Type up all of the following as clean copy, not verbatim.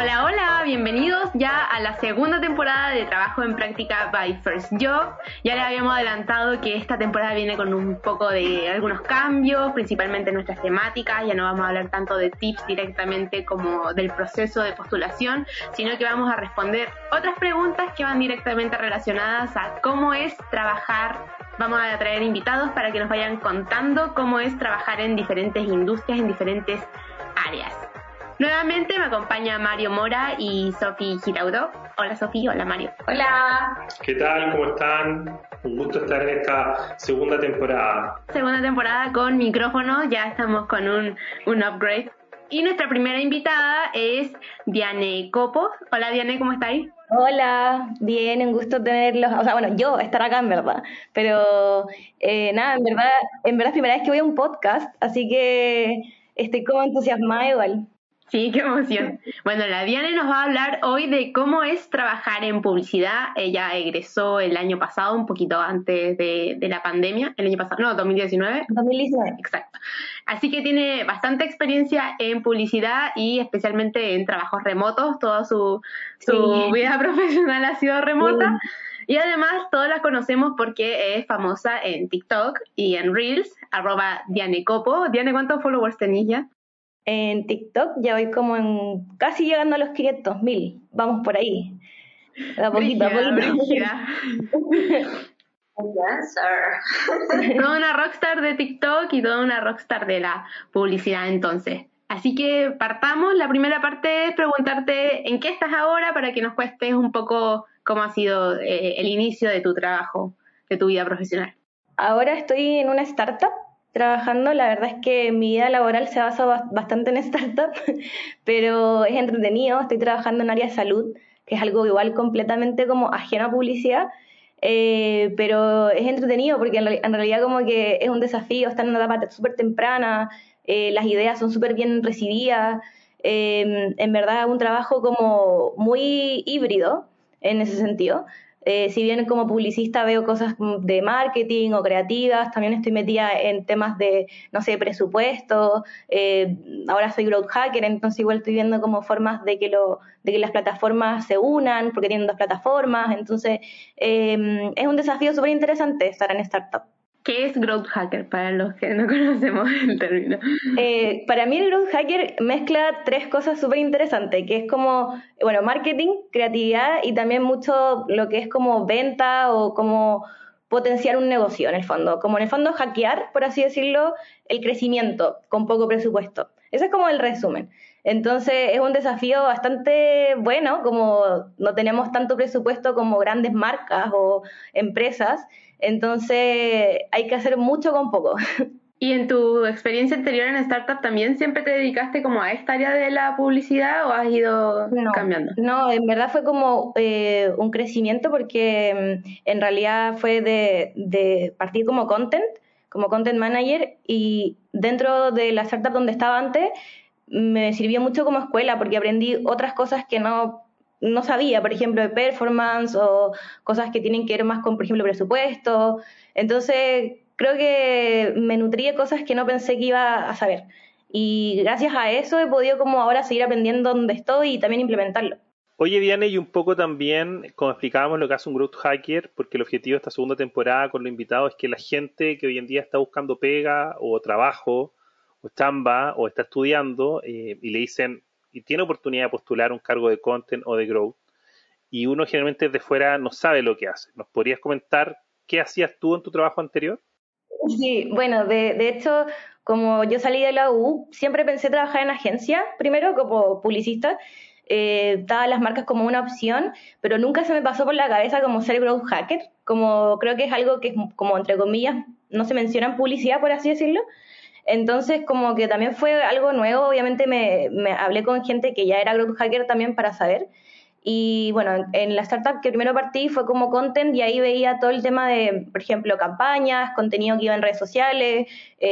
Hola, hola, bienvenidos ya a la segunda temporada de Trabajo en Práctica by First Job. Ya les habíamos adelantado que esta temporada viene con un poco de algunos cambios, principalmente en nuestras temáticas. Ya no vamos a hablar tanto de tips directamente como del proceso de postulación, sino que vamos a responder otras preguntas que van directamente relacionadas a cómo es trabajar. Vamos a traer invitados para que nos vayan contando cómo es trabajar en diferentes industrias, en diferentes áreas. Nuevamente me acompaña Mario Mora y Sofi Giraudo. Hola Sofi, hola Mario. Hola. ¿Qué tal? ¿Cómo están? Un gusto estar en esta segunda temporada. Segunda temporada con micrófono, ya estamos con un upgrade. Y nuestra primera invitada es Diane Copo. Hola Diane, ¿cómo estáis? Hola, bien, un gusto tenerlos. O sea, bueno, yo estar acá en verdad, pero nada, en verdad es primera vez que voy a un podcast, así que estoy como entusiasmada igual. Sí, qué emoción. Bueno, la Diane nos va a hablar hoy de cómo es trabajar en publicidad. Ella egresó el año pasado, un poquito antes de la pandemia. El año pasado, no, 2019. 2019. Exacto. Así que tiene bastante experiencia en publicidad y especialmente en trabajos remotos. Toda su vida profesional ha sido remota. Sí. Y además todos la conocemos porque es famosa en TikTok y en Reels, @Diane Copo. Diane, ¿cuántos followers tenés ya? En TikTok ya voy como casi llegando a los 500.000. Vamos por ahí. A poquito, brígida. Toda una rockstar de TikTok y toda una rockstar de la publicidad entonces. Así que partamos. La primera parte es preguntarte en qué estás ahora para que nos cuentes un poco cómo ha sido el inicio de tu trabajo, de tu vida profesional. Ahora estoy en una startup trabajando. La verdad es que mi vida laboral se basa bastante en startup, pero es entretenido. Estoy trabajando en área de salud, que es algo igual completamente como ajeno a publicidad, pero es entretenido porque en realidad como que es un desafío, estar en una etapa súper temprana, las ideas son súper bien recibidas, en verdad es un trabajo como muy híbrido en ese sentido. Si bien como publicista veo cosas de marketing o creativas, también estoy metida en temas de, no sé, presupuesto. Ahora soy growth hacker, entonces igual estoy viendo como formas de que las plataformas se unan, porque tienen 2 plataformas. Entonces, es un desafío súper interesante estar en startup. ¿Qué es growth hacker para los que no conocemos el término? Para mí el growth hacker mezcla 3 cosas súper interesantes, que es como, bueno, marketing, creatividad y también mucho lo que es como venta o como potenciar un negocio en el fondo. Como en el fondo hackear, por así decirlo, el crecimiento con poco presupuesto. Ese es como el resumen. Entonces es un desafío bastante bueno, como no tenemos tanto presupuesto como grandes marcas o empresas, entonces hay que hacer mucho con poco. ¿Y en tu experiencia anterior en startup también siempre te dedicaste como a esta área de la publicidad o has ido cambiando? No, en verdad fue como un crecimiento porque en realidad fue de partir como content manager, y dentro de la startup donde estaba antes me sirvió mucho como escuela porque aprendí otras cosas que no sabía, por ejemplo, de performance o cosas que tienen que ver más con, por ejemplo, presupuesto. Entonces, creo que me nutrí de cosas que no pensé que iba a saber. Y gracias a eso he podido como ahora seguir aprendiendo donde estoy y también implementarlo. Oye, Diane, y un poco también, como explicábamos lo que hace un growth hacker, porque el objetivo de esta segunda temporada con los invitados es que la gente que hoy en día está buscando pega o trabajo, o chamba, o está estudiando, y le dicen, y tiene oportunidad de postular un cargo de content o de growth, y uno generalmente desde fuera no sabe lo que hace. ¿Nos podrías comentar qué hacías tú en tu trabajo anterior? Sí, bueno, de hecho, como yo salí de la U, siempre pensé trabajar en agencia, primero como publicista, daban las marcas como una opción, pero nunca se me pasó por la cabeza como ser growth hacker, como creo que es algo que, como entre comillas, no se menciona en publicidad, por así decirlo. Entonces, como que también fue algo nuevo. Obviamente me hablé con gente que ya era growth hacker también para saber. Y bueno, en la startup que primero partí fue como content, y ahí veía todo el tema de, por ejemplo, campañas, contenido que iba en redes sociales,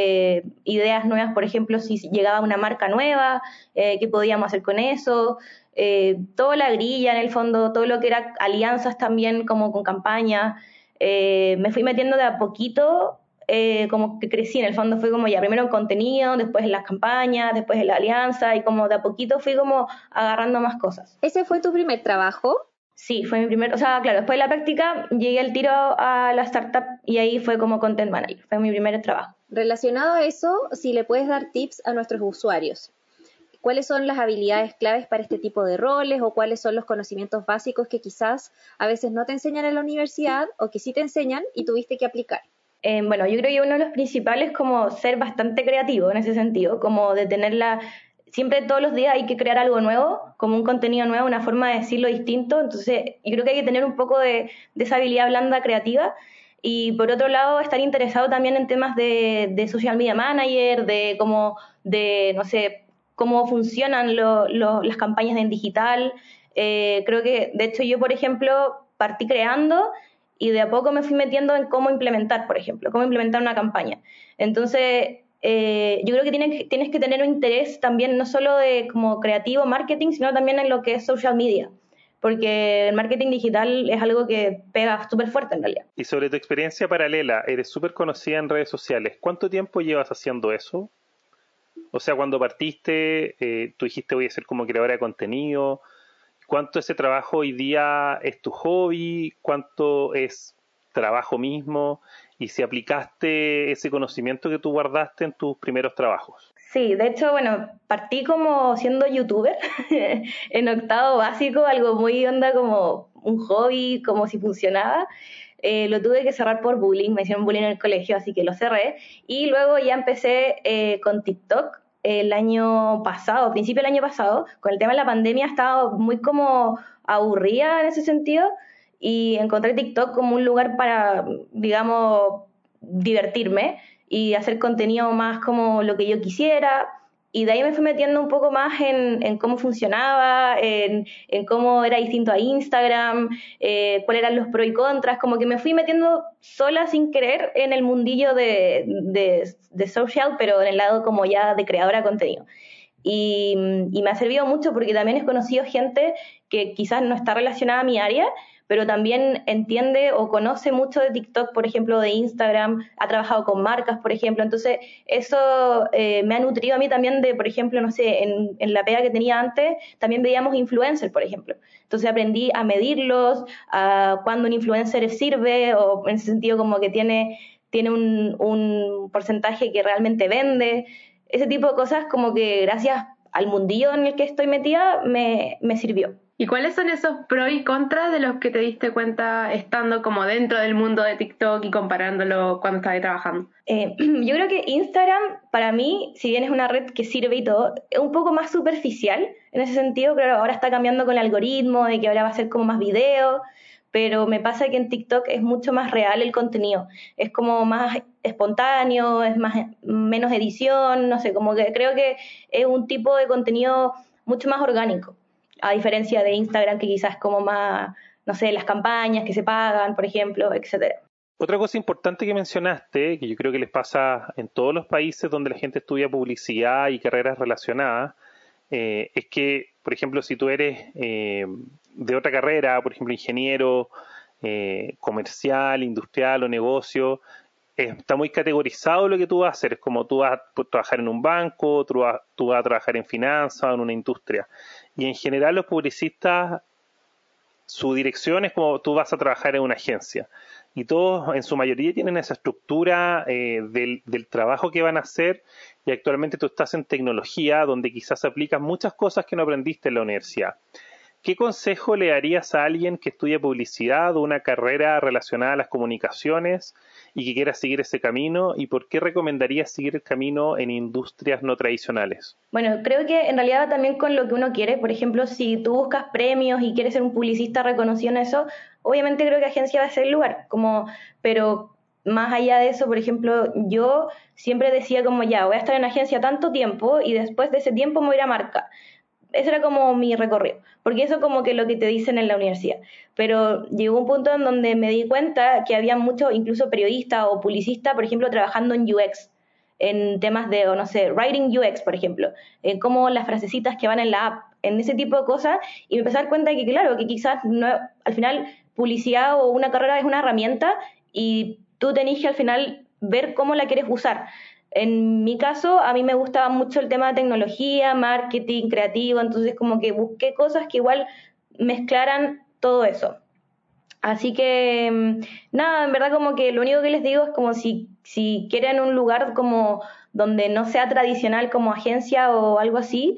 ideas nuevas, por ejemplo, si llegaba una marca nueva, qué podíamos hacer con eso, toda la grilla en el fondo, todo lo que era alianzas también como con campañas. Me fui metiendo de a poquito como que crecí en el fondo, fue como ya primero en contenido, después en las campañas, después en la alianza y como de a poquito fui como agarrando más cosas. ¿Ese fue tu primer trabajo? Sí, fue mi primer, o sea, claro, después de la práctica llegué al tiro a la startup y ahí fue como content manager, fue mi primer trabajo. Relacionado a eso, si le puedes dar tips a nuestros usuarios. ¿Cuáles son las habilidades claves para este tipo de roles o cuáles son los conocimientos básicos que quizás a veces no te enseñan en la universidad o que sí te enseñan y tuviste que aplicar? Bueno, yo creo que uno de los principales es como ser bastante creativo en ese sentido, como de tenerla, siempre todos los días hay que crear algo nuevo, como un contenido nuevo, una forma de decirlo distinto, entonces yo creo que hay que tener un poco de esa habilidad blanda creativa. Y por otro lado, estar interesado también en temas de social media manager, de cómo, no sé, cómo funcionan las campañas en digital. Creo que, de hecho, yo, por ejemplo, partí creando y de a poco me fui metiendo en cómo implementar, por ejemplo, cómo implementar una campaña. Entonces, yo creo que tienes que tener un interés también no solo de como creativo, marketing, sino también en lo que es social media, porque el marketing digital es algo que pega súper fuerte en realidad. Y sobre tu experiencia paralela, eres súper conocida en redes sociales. ¿Cuánto tiempo llevas haciendo eso? O sea, cuando partiste, tú dijiste voy a ser como creadora de contenido. ¿Cuánto ese trabajo hoy día es tu hobby? ¿Cuánto es trabajo mismo? Y si aplicaste ese conocimiento que tú guardaste en tus primeros trabajos. Sí, de hecho, bueno, partí como siendo youtuber en octavo básico, algo muy onda como un hobby, como si funcionaba. Lo tuve que cerrar por bullying, me hicieron bullying en el colegio, así que lo cerré. Y luego ya empecé con TikTok el año pasado, a principio del año pasado. Con el tema de la pandemia estaba muy como aburrida en ese sentido y encontré TikTok como un lugar para, digamos, divertirme y hacer contenido más como lo que yo quisiera. Y de ahí me fui metiendo un poco más en cómo funcionaba, en cómo era distinto a Instagram, cuáles eran los pros y contras, como que me fui metiendo sola sin querer en el mundillo de social, pero en el lado como ya de creadora de contenido. Y me ha servido mucho porque también he conocido gente que quizás no está relacionada a mi área, pero también entiende o conoce mucho de TikTok, por ejemplo, de Instagram, ha trabajado con marcas, por ejemplo. Entonces, eso me ha nutrido a mí también de, por ejemplo, no sé, en la pega que tenía antes, también veíamos influencers, por ejemplo. Entonces, aprendí a medirlos, a cuándo un influencer sirve, o en ese sentido como que tiene un porcentaje que realmente vende. Ese tipo de cosas como que gracias al mundillo en el que estoy metida me sirvió. ¿Y cuáles son esos pros y contras de los que te diste cuenta estando como dentro del mundo de TikTok y comparándolo cuando estabas trabajando? Yo creo que Instagram, para mí, si bien es una red que sirve y todo, es un poco más superficial en ese sentido. Claro, ahora está cambiando con el algoritmo, de que ahora va a ser como más video, pero me pasa que en TikTok es mucho más real el contenido. Es como más espontáneo, es menos edición, no sé, como que creo que es un tipo de contenido mucho más orgánico, a diferencia de Instagram, que quizás es como más, no sé, las campañas que se pagan, por ejemplo, etcétera. Otra cosa importante que mencionaste, que yo creo que les pasa en todos los países donde la gente estudia publicidad y carreras relacionadas, es que, por ejemplo, si tú eres de otra carrera, por ejemplo, ingeniero, comercial, industrial o negocio, está muy categorizado lo que tú vas a hacer. Es como tú vas a trabajar en un banco, tú vas a trabajar en finanzas o en una industria. Y en general los publicistas, su dirección es como tú vas a trabajar en una agencia. Y todos, en su mayoría, tienen esa estructura del trabajo que van a hacer. Y actualmente tú estás en tecnología, donde quizás aplicas muchas cosas que no aprendiste en la universidad. ¿Qué consejo le darías a alguien que estudia publicidad o una carrera relacionada a las comunicaciones y que quiera seguir ese camino? ¿Y por qué recomendarías seguir el camino en industrias no tradicionales? Bueno, creo que en realidad también con lo que uno quiere. Por ejemplo, si tú buscas premios y quieres ser un publicista reconocido en eso, obviamente creo que agencia va a ser el lugar. Pero más allá de eso, por ejemplo, yo siempre decía como ya, voy a estar en agencia tanto tiempo y después de ese tiempo me voy a ir a marca. Ese era como mi recorrido, porque eso como que lo que te dicen en la universidad. Pero llegó un punto en donde me di cuenta que había muchos, incluso periodistas o publicistas, por ejemplo, trabajando en UX, en temas de, o no sé, writing UX, por ejemplo, como las frasecitas que van en la app, en ese tipo de cosas, y me empecé a dar cuenta de que, claro, que quizás no, al final publicidad o una carrera es una herramienta y tú tenés que al final ver cómo la quieres usar. En mi caso, a mí me gustaba mucho el tema de tecnología, marketing, creativo, entonces como que busqué cosas que igual mezclaran todo eso. Así que, nada, en verdad como que lo único que les digo es como si quieren un lugar como donde no sea tradicional como agencia o algo así,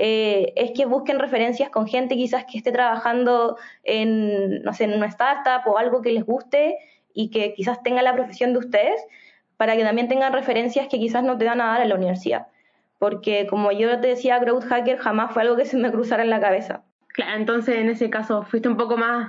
es que busquen referencias con gente quizás que esté trabajando en, no sé, en una startup o algo que les guste y que quizás tenga la profesión de ustedes, para que también tengan referencias que quizás no te van a dar en la universidad. Porque como yo te decía, Growth Hacker jamás fue algo que se me cruzara en la cabeza. Claro, entonces en ese caso fuiste un poco más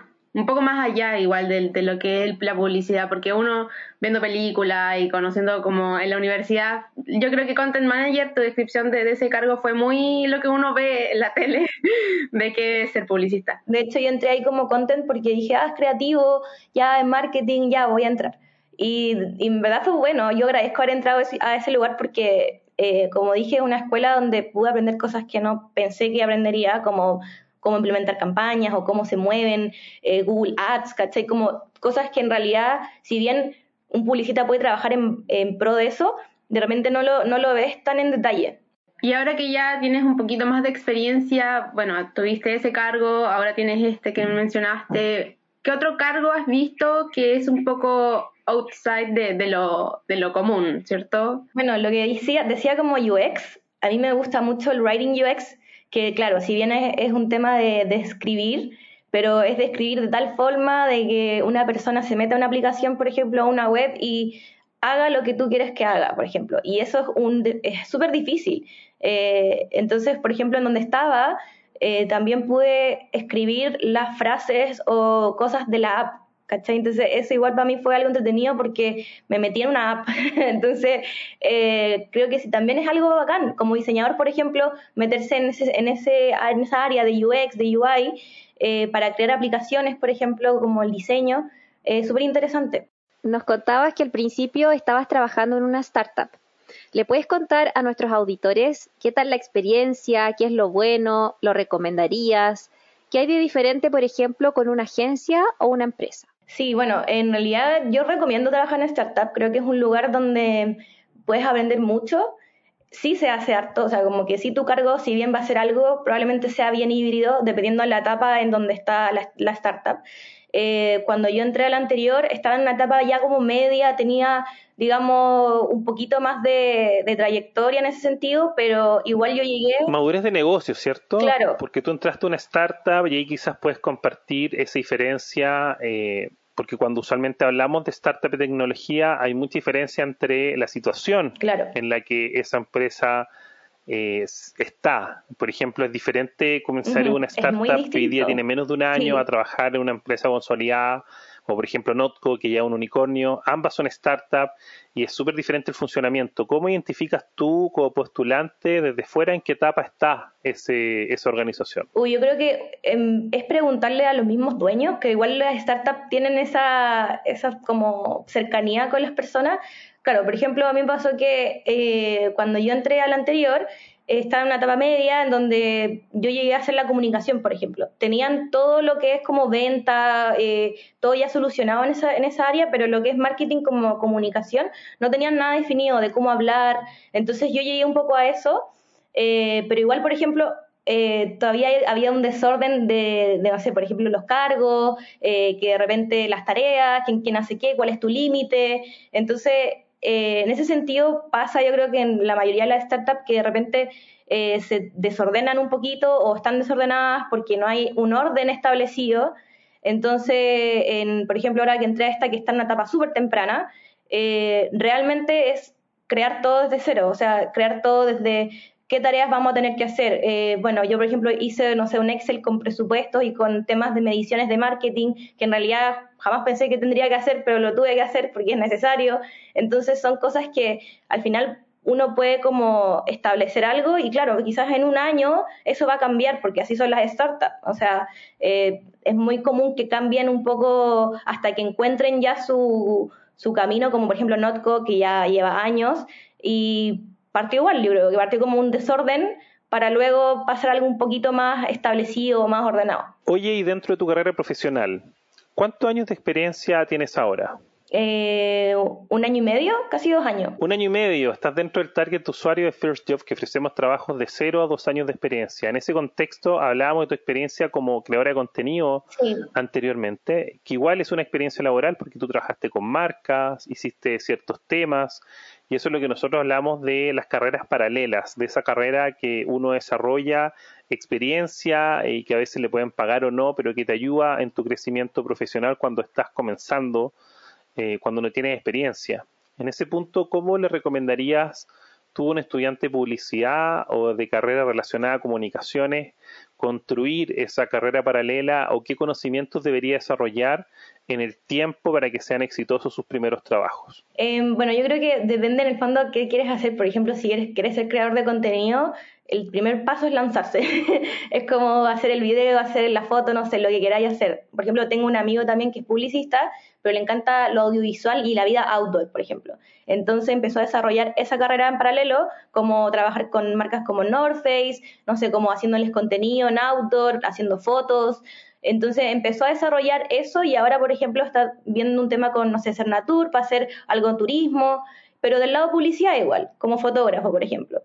allá igual de lo que es la publicidad, porque uno viendo películas y conociendo como en la universidad, yo creo que Content Manager, tu descripción de ese cargo fue muy lo que uno ve en la tele de que es ser publicista. De hecho, yo entré ahí como content porque dije, es creativo, ya en marketing, ya voy a entrar. Y en verdad fue bueno, yo agradezco haber entrado a ese lugar porque, como dije, es una escuela donde pude aprender cosas que no pensé que aprendería, como cómo implementar campañas o cómo se mueven Google Ads, ¿cachai? Como cosas que en realidad, si bien un publicista puede trabajar en pro de eso, de repente no lo ves tan en detalle. Y ahora que ya tienes un poquito más de experiencia, bueno, tuviste ese cargo, ahora tienes este que mencionaste, ¿qué otro cargo has visto que es un poco outside de lo común, cierto? Bueno, lo que decía como UX, a mí me gusta mucho el writing UX, que claro, si bien es un tema de escribir, pero es de escribir de tal forma de que una persona se meta a una aplicación, por ejemplo, a una web y haga lo que tú quieres que haga, por ejemplo. Y eso es súper difícil. Entonces, por ejemplo, en donde estaba, también pude escribir las frases o cosas de la app, ¿cachai? Entonces eso igual para mí fue algo entretenido porque me metí en una app. Entonces creo que también es algo bacán, como diseñador, por ejemplo, meterse en esa área de UX, de UI, para crear aplicaciones, por ejemplo, como el diseño, súper interesante. Nos contabas que al principio estabas trabajando en una startup. ¿Le puedes contar a nuestros auditores qué tal la experiencia, qué es lo bueno, lo recomendarías? ¿Qué hay de diferente, por ejemplo, con una agencia o una empresa? Sí, bueno, en realidad yo recomiendo trabajar en startup. Creo que es un lugar donde puedes aprender mucho. Sí se hace harto, o sea, como que sí tu cargo, si bien va a ser algo, probablemente sea bien híbrido, dependiendo de la etapa en donde está la startup. Cuando yo entré a la anterior, estaba en una etapa ya como media, tenía, digamos, un poquito más de trayectoria en ese sentido, pero igual yo llegué... Madurez de negocio, ¿cierto? Claro. Porque tú entraste a una startup y ahí quizás puedes compartir esa diferencia, porque cuando usualmente hablamos de startup de tecnología hay mucha diferencia entre la situación en la que esa empresa está. Por ejemplo, es diferente comenzar en una startup que hoy día tiene menos de un año a trabajar en una empresa consolidada, como por ejemplo Notco, que ya es un unicornio. Ambas son startups y es súper diferente el funcionamiento. ¿Cómo identificas tú como postulante desde fuera en qué etapa está esa organización? Yo creo que es preguntarle a los mismos dueños, que igual las startups tienen esa como cercanía con las personas. Claro, por ejemplo, a mí me pasó que cuando yo entré al anterior, estaba en una etapa media en donde yo llegué a hacer la comunicación, por ejemplo. Tenían todo lo que es como venta, todo ya solucionado en esa área, pero lo que es marketing como comunicación, no tenían nada definido de cómo hablar. Entonces yo llegué un poco a eso, pero igual, por ejemplo, todavía había un desorden de, no sé, por ejemplo, los cargos, que de repente las tareas, quién hace qué, cuál es tu límite. Entonces, en ese sentido pasa, yo creo que en la mayoría de las startups que de repente se desordenan un poquito o están desordenadas porque no hay un orden establecido. Entonces, por ejemplo, ahora que entré a esta que está en una etapa súper temprana, realmente es crear todo desde cero, o sea, crear todo desde qué tareas vamos a tener que hacer. Bueno, yo, por ejemplo, hice, no sé, un Excel con presupuestos y con temas de mediciones de marketing, que en realidad jamás pensé que tendría que hacer, pero lo tuve que hacer porque es necesario. Entonces son cosas que al final uno puede como establecer algo y claro, quizás en un año eso va a cambiar porque así son las startups. O sea, es muy común que cambien un poco hasta que encuentren ya su camino, como por ejemplo Notco, que ya lleva años, y partió igual, yo creo que partió como un desorden para luego pasar a algo un poquito más establecido o más ordenado. Oye, y dentro de tu carrera profesional, ¿cuántos años de experiencia tienes ahora? Un año y medio, casi 2 años. Un año y medio, estás dentro del target usuario de First Job, que ofrecemos trabajos de 0 a 2 años de experiencia. En ese contexto hablábamos de tu experiencia como creadora de contenido anteriormente, que igual es una experiencia laboral porque tú trabajaste con marcas, hiciste ciertos temas, y eso es lo que nosotros hablamos de las carreras paralelas, de esa carrera que uno desarrolla experiencia y que a veces le pueden pagar o no, pero que te ayuda en tu crecimiento profesional cuando estás comenzando, cuando no tienes experiencia. En ese punto, ¿cómo le recomendarías tú a un estudiante de publicidad o de carrera relacionada a comunicaciones construir esa carrera paralela o qué conocimientos debería desarrollar en el tiempo para que sean exitosos sus primeros trabajos? Bueno, yo creo que depende en el fondo qué quieres hacer. Por ejemplo, si quieres ser creador de contenido, el primer paso es lanzarse. Es como hacer el video, hacer la foto, no sé, lo que queráis hacer. Por ejemplo, tengo un amigo también que es publicista, pero le encanta lo audiovisual y la vida outdoor, por ejemplo. Entonces empezó a desarrollar esa carrera en paralelo, como trabajar con marcas como North Face, no sé, como haciéndoles contenido en outdoor, haciendo fotos. Entonces empezó a desarrollar eso y ahora, por ejemplo, está viendo un tema con, no sé, Cernatur para hacer algo de turismo, pero del lado publicidad igual, como fotógrafo, por ejemplo.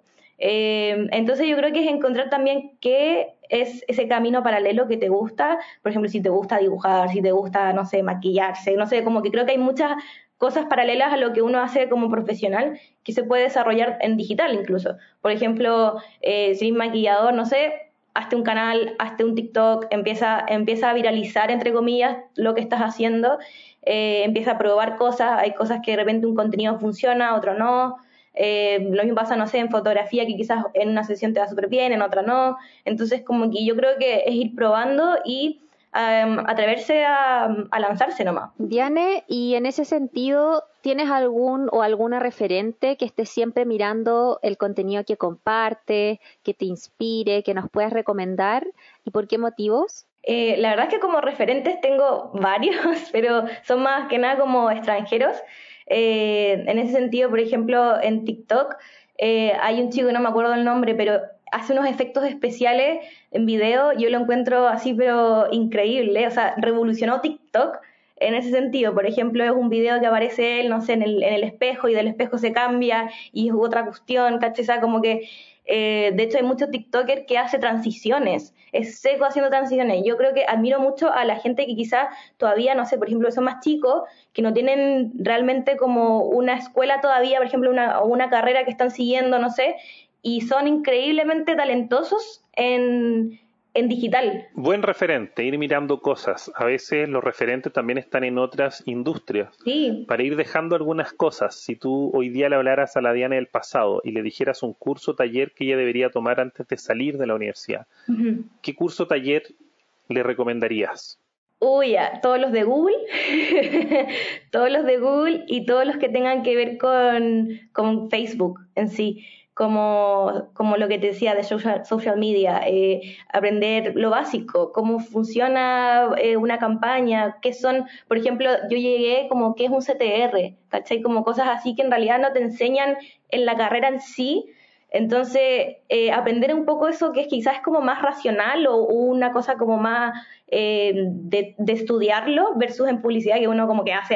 Entonces yo creo que es encontrar también qué es ese camino paralelo que te gusta. Por ejemplo, si te gusta dibujar, si te gusta, no sé, maquillarse, no sé, como que creo que hay muchas cosas paralelas a lo que uno hace como profesional que se puede desarrollar en digital incluso. Por ejemplo, si eres maquillador, no sé, hazte un canal, hazte un TikTok, empieza a viralizar, entre comillas, lo que estás haciendo, empieza a probar cosas, hay cosas que de repente un contenido funciona, otro no. Lo mismo pasa, no sé, en fotografía, que quizás en una sesión te va súper bien, en otra no. Entonces, como que yo creo que es ir probando y atreverse a lanzarse nomás. Diane, y en ese sentido, ¿tienes algún o alguna referente que esté siempre mirando el contenido que comparte, que te inspire, que nos puedas recomendar y por qué motivos? La verdad es que como referentes tengo varios, pero son más que nada como extranjeros. En ese sentido, por ejemplo, en TikTok hay un chico, no me acuerdo el nombre, pero hace unos efectos especiales en video, yo lo encuentro así, pero increíble. O sea, revolucionó TikTok en ese sentido. Por ejemplo, es un video que aparece él, no sé, en el espejo y del espejo se cambia y es otra cuestión, ¿cachai? O sea, como que de hecho hay muchos TikTokers que hace transiciones, es seco haciendo transiciones. Yo creo que admiro mucho a la gente que quizás todavía, no sé, por ejemplo, son más chicos, que no tienen realmente como una escuela todavía, por ejemplo, una carrera que están siguiendo, no sé, y son increíblemente talentosos en digital. Buen referente, ir mirando cosas. A veces los referentes también están en otras industrias. Sí. Para ir dejando algunas cosas, si tú hoy día le hablaras a la Diana del pasado y le dijeras un curso taller que ella debería tomar antes de salir de la universidad, ¿qué curso taller le recomendarías? Uy, ya, todos los de Google, todos los de Google y todos los que tengan que ver con Facebook en sí, como lo que te decía de social media, aprender lo básico, cómo funciona una campaña, qué son, por ejemplo, yo llegué como qué es un CTR, ¿cachai? Como cosas así que en realidad no te enseñan en la carrera en sí. Entonces, aprender un poco eso que quizás es como más racional o una cosa como más de estudiarlo versus en publicidad que uno como que hace,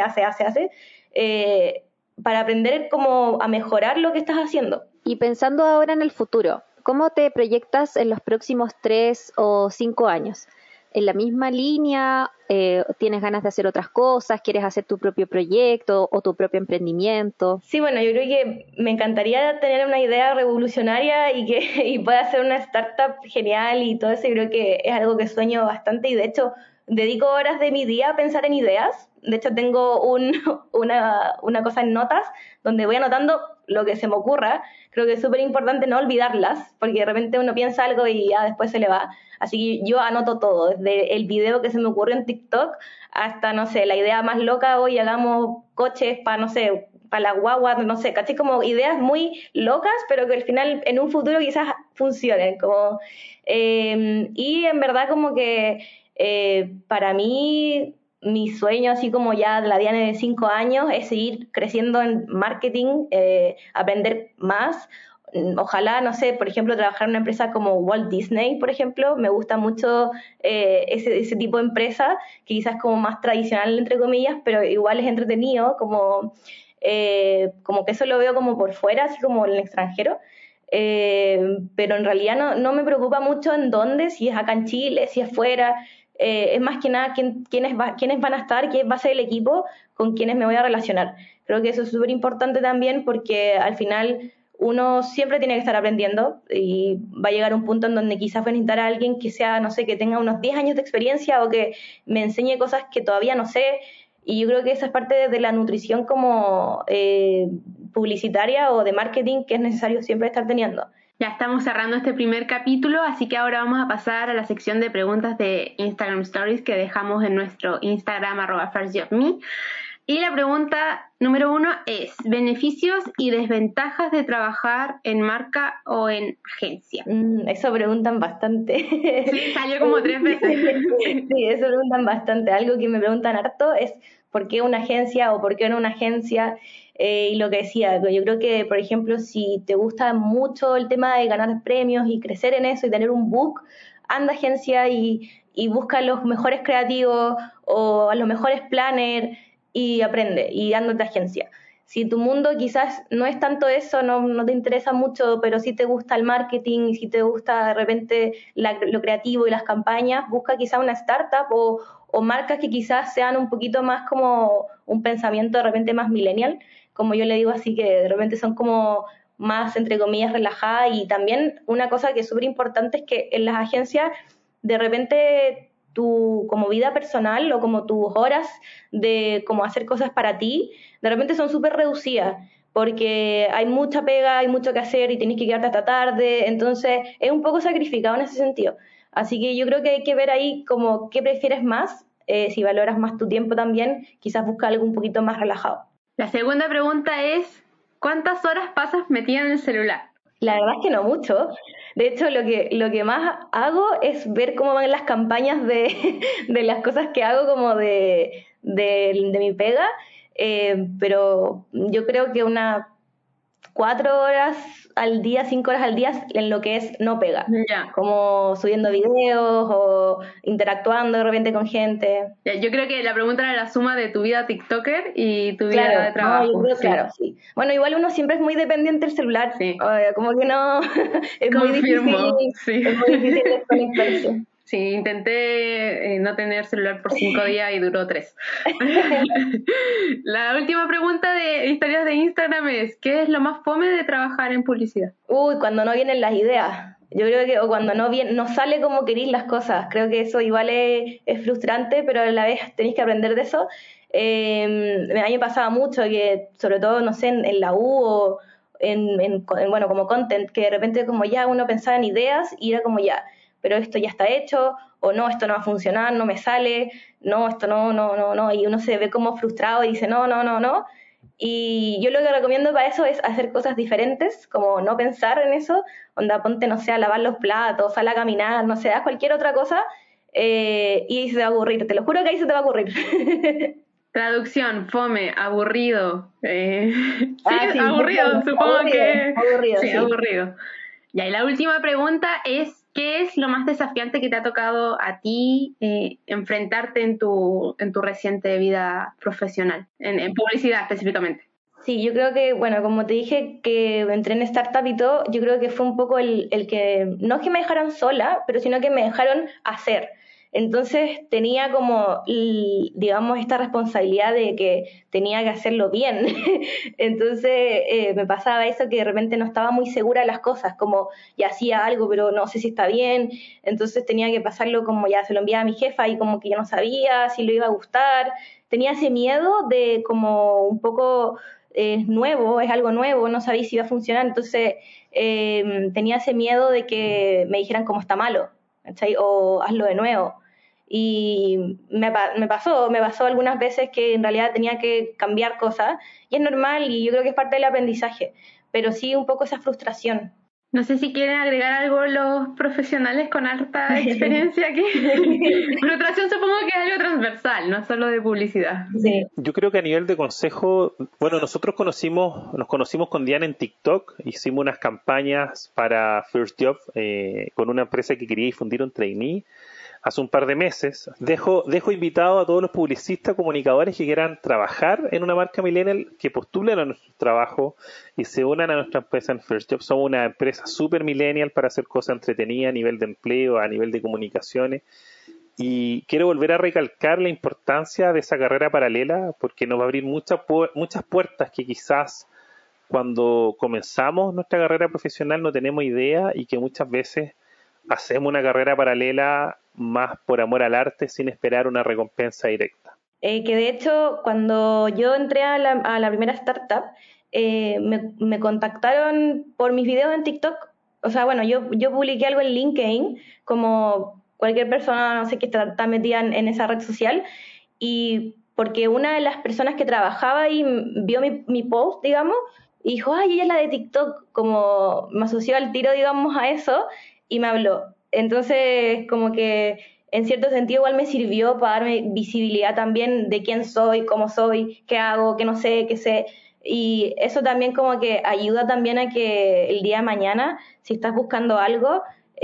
para aprender como a mejorar lo que estás haciendo. Y pensando ahora en el futuro, ¿cómo te proyectas en los próximos 3 o 5 años? ¿En la misma línea? ¿Tienes ganas de hacer otras cosas? ¿Quieres hacer tu propio proyecto o tu propio emprendimiento? Sí, bueno, yo creo que me encantaría tener una idea revolucionaria y pueda hacer una startup genial y todo eso. Yo creo que es algo que sueño bastante y de hecho dedico horas de mi día a pensar en ideas. De hecho tengo una cosa en notas donde voy anotando lo que se me ocurra. Creo que es súper importante no olvidarlas, porque de repente uno piensa algo y ya después se le va. Así que yo anoto todo, desde el video que se me ocurrió en TikTok hasta, no sé, la idea más loca, hoy hagamos coches para, no sé, para la guagua, no sé, ¿cachai? Como ideas muy locas, pero que al final en un futuro quizás funcionen. Y en verdad como que para mí mi sueño, así como ya la Diana de 5 años, es seguir creciendo en marketing, aprender más. ojalá, no sé, por ejemplo, trabajar en una empresa como Walt Disney, por ejemplo, me gusta mucho ese tipo de empresa, que quizás es como más tradicional, entre comillas, pero igual es entretenido, como que eso lo veo como por fuera, así como en el extranjero. Pero en realidad no me preocupa mucho en dónde, si es acá en Chile, si es fuera. Es más que nada quiénes van a estar, quién va a ser el equipo con quienes me voy a relacionar. Creo que eso es súper importante también porque al final uno siempre tiene que estar aprendiendo y va a llegar un punto en donde quizás voy a necesitar a alguien que sea, no sé, que tenga unos 10 años de experiencia o que me enseñe cosas que todavía no sé. Y yo creo que esa es parte de la nutrición como publicitaria o de marketing que es necesario siempre estar teniendo. Ya estamos cerrando este primer capítulo, así que ahora vamos a pasar a la sección de preguntas de Instagram Stories que dejamos en nuestro Instagram @firstjobme. Y la pregunta número 1 es: ¿beneficios y desventajas de trabajar en marca o en agencia? Eso preguntan bastante. Sí, salió como 3 veces. Sí, eso preguntan bastante. Algo que me preguntan harto es ¿por qué una agencia o por qué no una agencia? Y lo que decía, yo creo que, por ejemplo, si te gusta mucho el tema de ganar premios y crecer en eso y tener un book, anda a agencia y busca los mejores creativos o a los mejores planners y aprende y ándate a agencia. Si tu mundo quizás no es tanto eso, no te interesa mucho, pero sí te gusta el marketing y si te gusta de repente lo creativo y las campañas, busca quizás una startup o marcas que quizás sean un poquito más como un pensamiento de repente más millennial, como yo le digo así, que de repente son como más, entre comillas, relajadas. Y también una cosa que es súper importante es que en las agencias de repente tu como vida personal o como tus horas de como hacer cosas para ti, de repente son súper reducidas porque hay mucha pega, hay mucho que hacer y tienes que quedarte hasta tarde, entonces es un poco sacrificado en ese sentido. Así que yo creo que hay que ver ahí como qué prefieres más, si valoras más tu tiempo también, quizás busca algo un poquito más relajado. La segunda pregunta es: ¿cuántas horas pasas metida en el celular? La verdad es que no mucho. De hecho, lo que más hago es ver cómo van las campañas de las cosas que hago como de mi pega, pero yo creo que unas 4 horas al día, 5 horas al día en lo que es no pega. Ya. Como subiendo videos o interactuando de repente con gente. Ya, yo creo que la pregunta era la suma de tu vida TikToker y tu vida de trabajo. No, yo creo, sí. claro, sí. Bueno, igual uno siempre es muy dependiente del celular. Sí. Como que no, es Confirmo, es muy difícil desconectarse. Sí, intenté no tener celular por 5 días y duró 3. La última pregunta de historias de Instagram es: ¿qué es lo más fome de trabajar en publicidad? Cuando no vienen las ideas. Yo creo que, o cuando no sale como querís las cosas. Creo que eso igual es frustrante, pero a la vez tenéis que aprender de eso. A mí me pasaba mucho que, sobre todo, no sé, en la U o bueno, como content, que de repente como ya uno pensaba en ideas y era como ya, pero esto ya está hecho, o no, esto no va a funcionar, no me sale, no, esto no, y uno se ve como frustrado y dice no. Y yo lo que recomiendo para eso es hacer cosas diferentes, como no pensar en eso, onda, ponte, no sé, a lavar los platos, sal a caminar, no sé, haz cualquier otra cosa, y se te va a aburrir, te lo juro que ahí se te va a aburrir. Traducción: fome, aburrido. Sí, Sí, aburrido, supongo aburrido, que. aburrido, Sí, sí. aburrido. Ya, y la última pregunta es: ¿qué es lo más desafiante que te ha tocado a ti enfrentarte en tu reciente vida profesional, en publicidad específicamente? Sí, yo creo que, bueno, como te dije que entré en startup y todo, yo creo que fue un poco el que, no es que me dejaron sola, pero sino que me dejaron hacer. Entonces tenía como, digamos, esta responsabilidad de que tenía que hacerlo bien. Entonces me pasaba eso que de repente no estaba muy segura de las cosas, como ya hacía algo, pero no sé si está bien. Entonces tenía que pasarlo como ya se lo enviaba a mi jefa y como que yo no sabía si le iba a gustar. Tenía ese miedo de como un poco es nuevo, es algo nuevo, no sabía si iba a funcionar, entonces tenía ese miedo de que me dijeran cómo está malo, ¿cachai? O hazlo de nuevo. Y me pasó algunas veces que en realidad tenía que cambiar cosas, y es normal, y yo creo que es parte del aprendizaje, pero sí un poco esa frustración. No sé si quieren agregar algo los profesionales con harta experiencia aquí. Frustración supongo que es algo transversal, no solo de publicidad. Sí. Yo creo que a nivel de consejo, bueno, nosotros nos conocimos con Diana en TikTok, hicimos unas campañas para First Job con una empresa que quería difundir un trainee hace un par de meses. Dejo invitado a todos los publicistas, comunicadores que quieran trabajar en una marca millennial, que postulen a nuestro trabajo y se unan a nuestra empresa en First Job. Somos una empresa super millennial para hacer cosas entretenidas a nivel de empleo, a nivel de comunicaciones. Y quiero volver a recalcar la importancia de esa carrera paralela, porque nos va a abrir muchas puertas que quizás cuando comenzamos nuestra carrera profesional no tenemos idea, y que muchas veces hacemos una carrera paralela más por amor al arte sin esperar una recompensa directa. Que de hecho, cuando yo entré a la primera startup, me contactaron por mis videos en TikTok. O sea, bueno, yo publiqué algo en LinkedIn, como cualquier persona, no sé, que está metida en esa red social, y porque una de las personas que trabajaba ahí vio mi post, digamos, y dijo, ay, ella es la de TikTok, como me asoció al tiro, digamos, a eso, y me habló. Entonces, como que en cierto sentido igual me sirvió para darme visibilidad también de quién soy, cómo soy, qué hago, qué no sé, qué sé. Y eso también como que ayuda también a que el día de mañana, si estás buscando algo,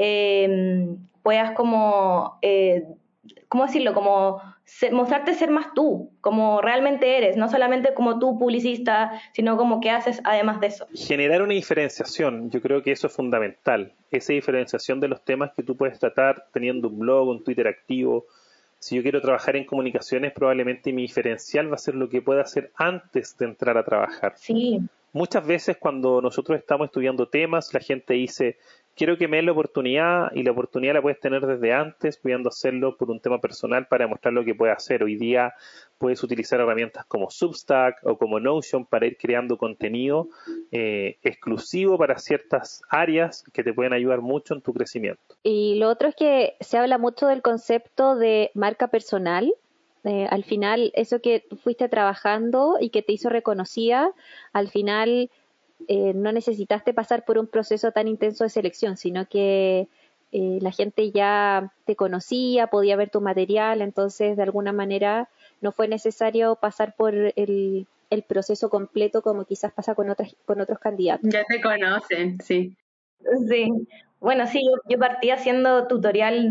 puedas como, ¿cómo decirlo? Como mostrarte ser más tú, como realmente eres, no solamente como tú publicista, sino como qué haces además de eso. Generar una diferenciación, yo creo que eso es fundamental, esa diferenciación de los temas que tú puedes tratar teniendo un blog, un Twitter activo. Si yo quiero trabajar en comunicaciones, probablemente mi diferencial va a ser lo que pueda hacer antes de entrar a trabajar. Sí. Muchas veces cuando nosotros estamos estudiando temas, la gente dice, quiero que me den la oportunidad, y la oportunidad la puedes tener desde antes, pudiendo hacerlo por un tema personal para demostrar lo que puedes hacer. Hoy día puedes utilizar herramientas como Substack o como Notion para ir creando contenido exclusivo para ciertas áreas que te pueden ayudar mucho en tu crecimiento. Y lo otro es que se habla mucho del concepto de marca personal. Al final, eso que tú fuiste trabajando y que te hizo reconocida, al final no necesitaste pasar por un proceso tan intenso de selección, sino que la gente ya te conocía, podía ver tu material, entonces de alguna manera no fue necesario pasar por el proceso completo como quizás pasa con otros candidatos. Ya te conocen, sí. Sí. Bueno, sí, yo partí haciendo tutorial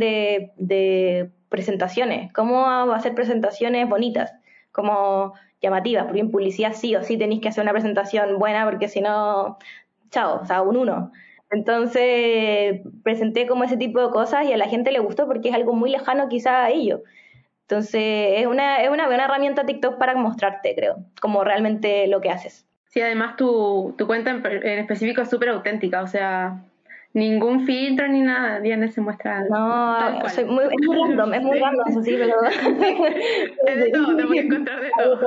de presentaciones, cómo hacer presentaciones bonitas, como llamativas, porque en publicidad sí o sí tenéis que hacer una presentación buena, porque si no, chao, o sea, un 1. Entonces presenté como ese tipo de cosas y a la gente le gustó porque es algo muy lejano quizá a ellos. Entonces es una buena herramienta TikTok para mostrarte, creo, como realmente lo que haces. Sí, además tu cuenta en específico es súper auténtica, o sea, ningún filtro ni nada, Diana se muestra. No, es muy random, eso sí, pero... Es de todo, te puedes encontrar de todo.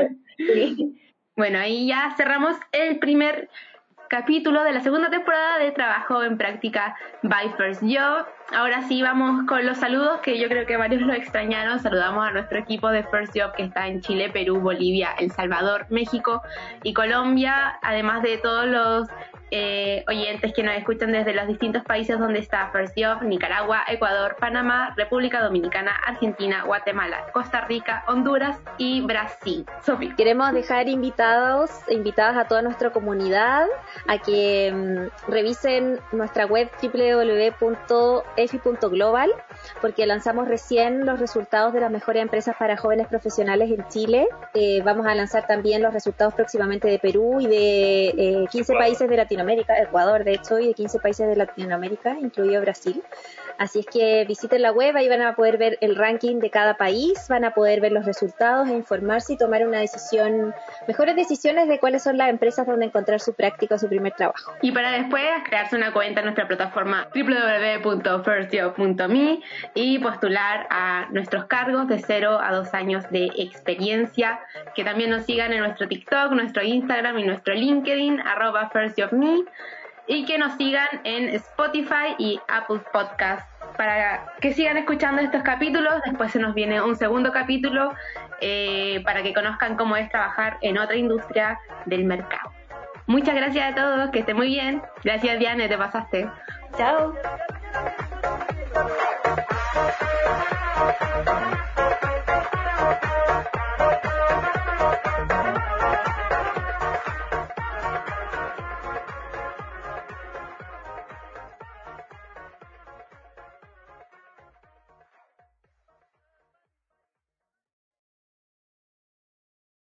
Sí. Bueno, ahí ya cerramos el primer capítulo de la segunda temporada de Trabajo en Práctica by First Job. Ahora sí vamos con los saludos, que yo creo que varios lo extrañaron. Saludamos a nuestro equipo de First Job que está en Chile, Perú, Bolivia, El Salvador, México y Colombia, además de todos los oyentes que nos escuchan desde los distintos países donde está First Job: Nicaragua, Ecuador, Panamá, República Dominicana, Argentina, Guatemala, Costa Rica, Honduras y Brasil. Sofi. Queremos dejar invitadas a toda nuestra comunidad a que revisen nuestra web www.efi.global, porque lanzamos recién los resultados de las mejores empresas para jóvenes profesionales en Chile. Vamos a lanzar también los resultados próximamente de Perú y de 15 países de Latinoamérica, Ecuador de hecho, y de 15 países de Latinoamérica, incluido Brasil. Así es que visiten la web, ahí van a poder ver el ranking de cada país, van a poder ver los resultados e informarse y tomar una decisión, mejores decisiones de cuáles son las empresas donde encontrar su práctica o su primer trabajo. Y para después crearse una cuenta en nuestra plataforma www.firstjob.me y postular a nuestros cargos de 0 a 2 años de experiencia. Que también nos sigan en nuestro TikTok, nuestro Instagram y nuestro LinkedIn, @firstjobme. Y que nos sigan en Spotify y Apple Podcast para que sigan escuchando estos capítulos. Después se nos viene un segundo capítulo para que conozcan cómo es trabajar en otra industria del mercado. Muchas gracias a todos, que estén muy bien. Gracias, Diane, te pasaste. Chao.